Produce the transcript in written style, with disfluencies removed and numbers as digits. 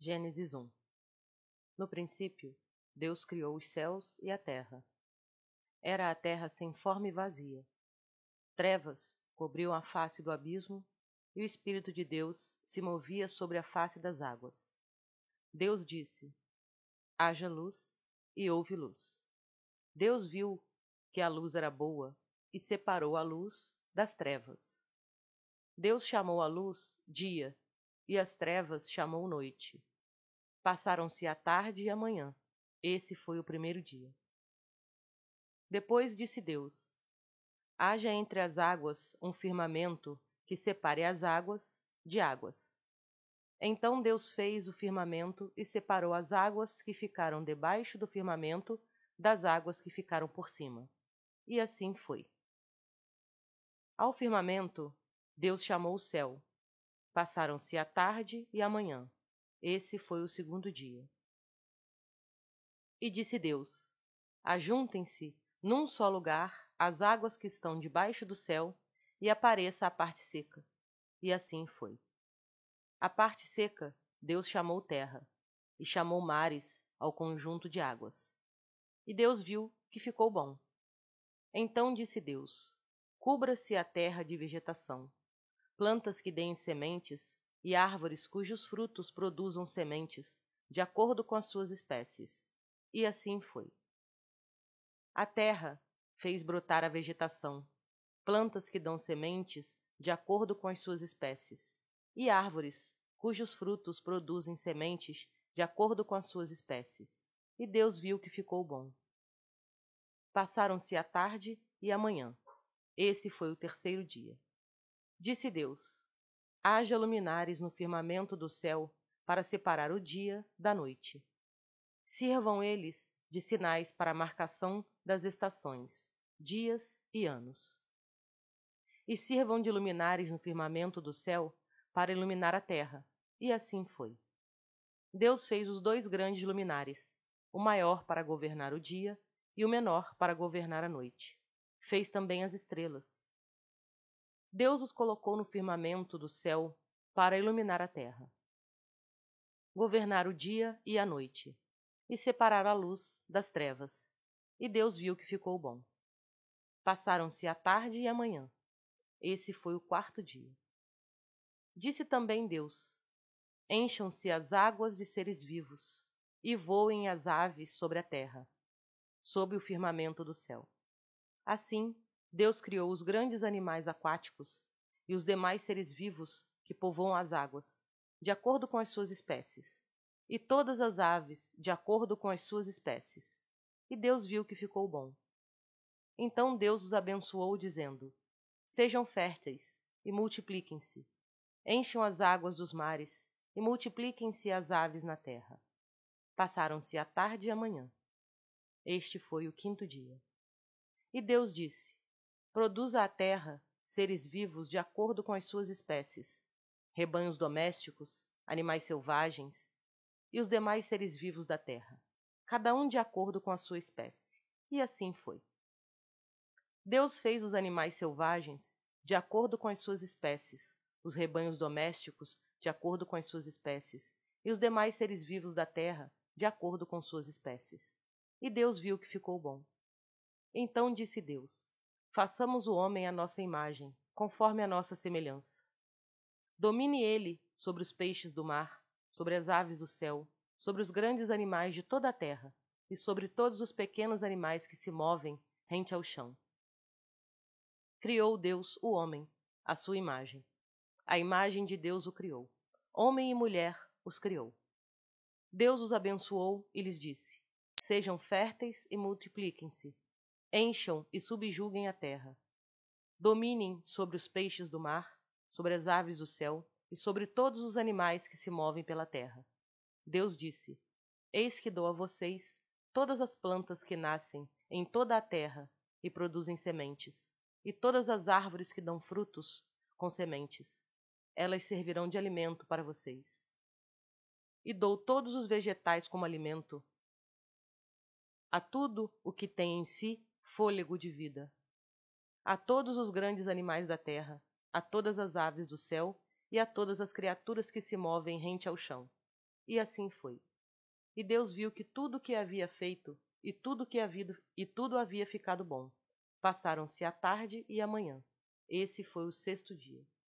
Gênesis 1. No princípio, Deus criou os céus e a terra. Era a terra sem forma e vazia. Trevas cobriam a face do abismo, e o Espírito de Deus se movia sobre a face das águas. Deus disse: haja luz, e houve luz. Deus viu que a luz era boa, e separou a luz das trevas. Deus chamou a luz dia, e as trevas chamou noite. Passaram-se a tarde e a manhã. Esse foi o primeiro dia. Depois disse Deus: haja entre as águas um firmamento que separe as águas de águas. Então Deus fez o firmamento e separou as águas que ficaram debaixo do firmamento das águas que ficaram por cima. E assim foi. Ao firmamento, Deus chamou o céu. Passaram-se a tarde e a manhã. Esse foi o segundo dia. E disse Deus: ajuntem-se num só lugar as águas que estão debaixo do céu, e apareça a parte seca. E assim foi. A parte seca Deus chamou terra, e chamou mares ao conjunto de águas. E Deus viu que ficou bom. Então disse Deus: cubra-se a terra de vegetação, plantas que deem sementes, e árvores cujos frutos produzam sementes, de acordo com as suas espécies. E assim foi. A terra fez brotar a vegetação, plantas que dão sementes de acordo com as suas espécies, e árvores cujos frutos produzem sementes de acordo com as suas espécies. E Deus viu que ficou bom. Passaram-se a tarde e a manhã. Esse foi o terceiro dia. Disse Deus: haja luminares no firmamento do céu para separar o dia da noite. Sirvam eles de sinais para a marcação das estações, dias e anos. E sirvam de luminares no firmamento do céu para iluminar a terra. E assim foi. Deus fez os dois grandes luminares, o maior para governar o dia e o menor para governar a noite. Fez também as estrelas. Deus os colocou no firmamento do céu para iluminar a terra, governar o dia e a noite, e separar a luz das trevas. E Deus viu que ficou bom. Passaram-se a tarde e a manhã. Esse foi o quarto dia. Disse também Deus: encham-se as águas de seres vivos, e voem as aves sobre a terra, sob o firmamento do céu. Assim, Deus criou os grandes animais aquáticos e os demais seres vivos que povoam as águas, de acordo com as suas espécies, e todas as aves de acordo com as suas espécies. E Deus viu que ficou bom. Então Deus os abençoou, dizendo: sejam férteis e multipliquem-se. Encham as águas dos mares e multipliquem-se as aves na terra. Passaram-se a tarde e a manhã. Este foi o quinto dia. E Deus disse: produza a terra seres vivos de acordo com as suas espécies, rebanhos domésticos, animais selvagens e os demais seres vivos da terra, cada um de acordo com a sua espécie. E assim foi. Deus fez os animais selvagens de acordo com as suas espécies, os rebanhos domésticos de acordo com as suas espécies, e os demais seres vivos da terra de acordo com suas espécies. E Deus viu que ficou bom. Então disse Deus: façamos o homem à nossa imagem, conforme a nossa semelhança. Domine ele sobre os peixes do mar, sobre as aves do céu, sobre os grandes animais de toda a terra, e sobre todos os pequenos animais que se movem rente ao chão. Criou Deus o homem, à sua imagem. A imagem de Deus o criou. Homem e mulher os criou. Deus os abençoou e lhes disse: sejam férteis e multipliquem-se. Encham e subjuguem a terra. Dominem sobre os peixes do mar, sobre as aves do céu e sobre todos os animais que se movem pela terra. Deus disse: eis que dou a vocês todas as plantas que nascem em toda a terra e produzem sementes, e todas as árvores que dão frutos com sementes. Elas servirão de alimento para vocês. E dou todos os vegetais como alimento, a tudo o que tem em si fôlego de vida, a todos os grandes animais da terra, a todas as aves do céu e a todas as criaturas que se movem rente ao chão. E assim foi. E Deus viu que tudo o que havia feito, e tudo havia ficado bom. Passaram-se a tarde e a manhã. Esse foi o sexto dia.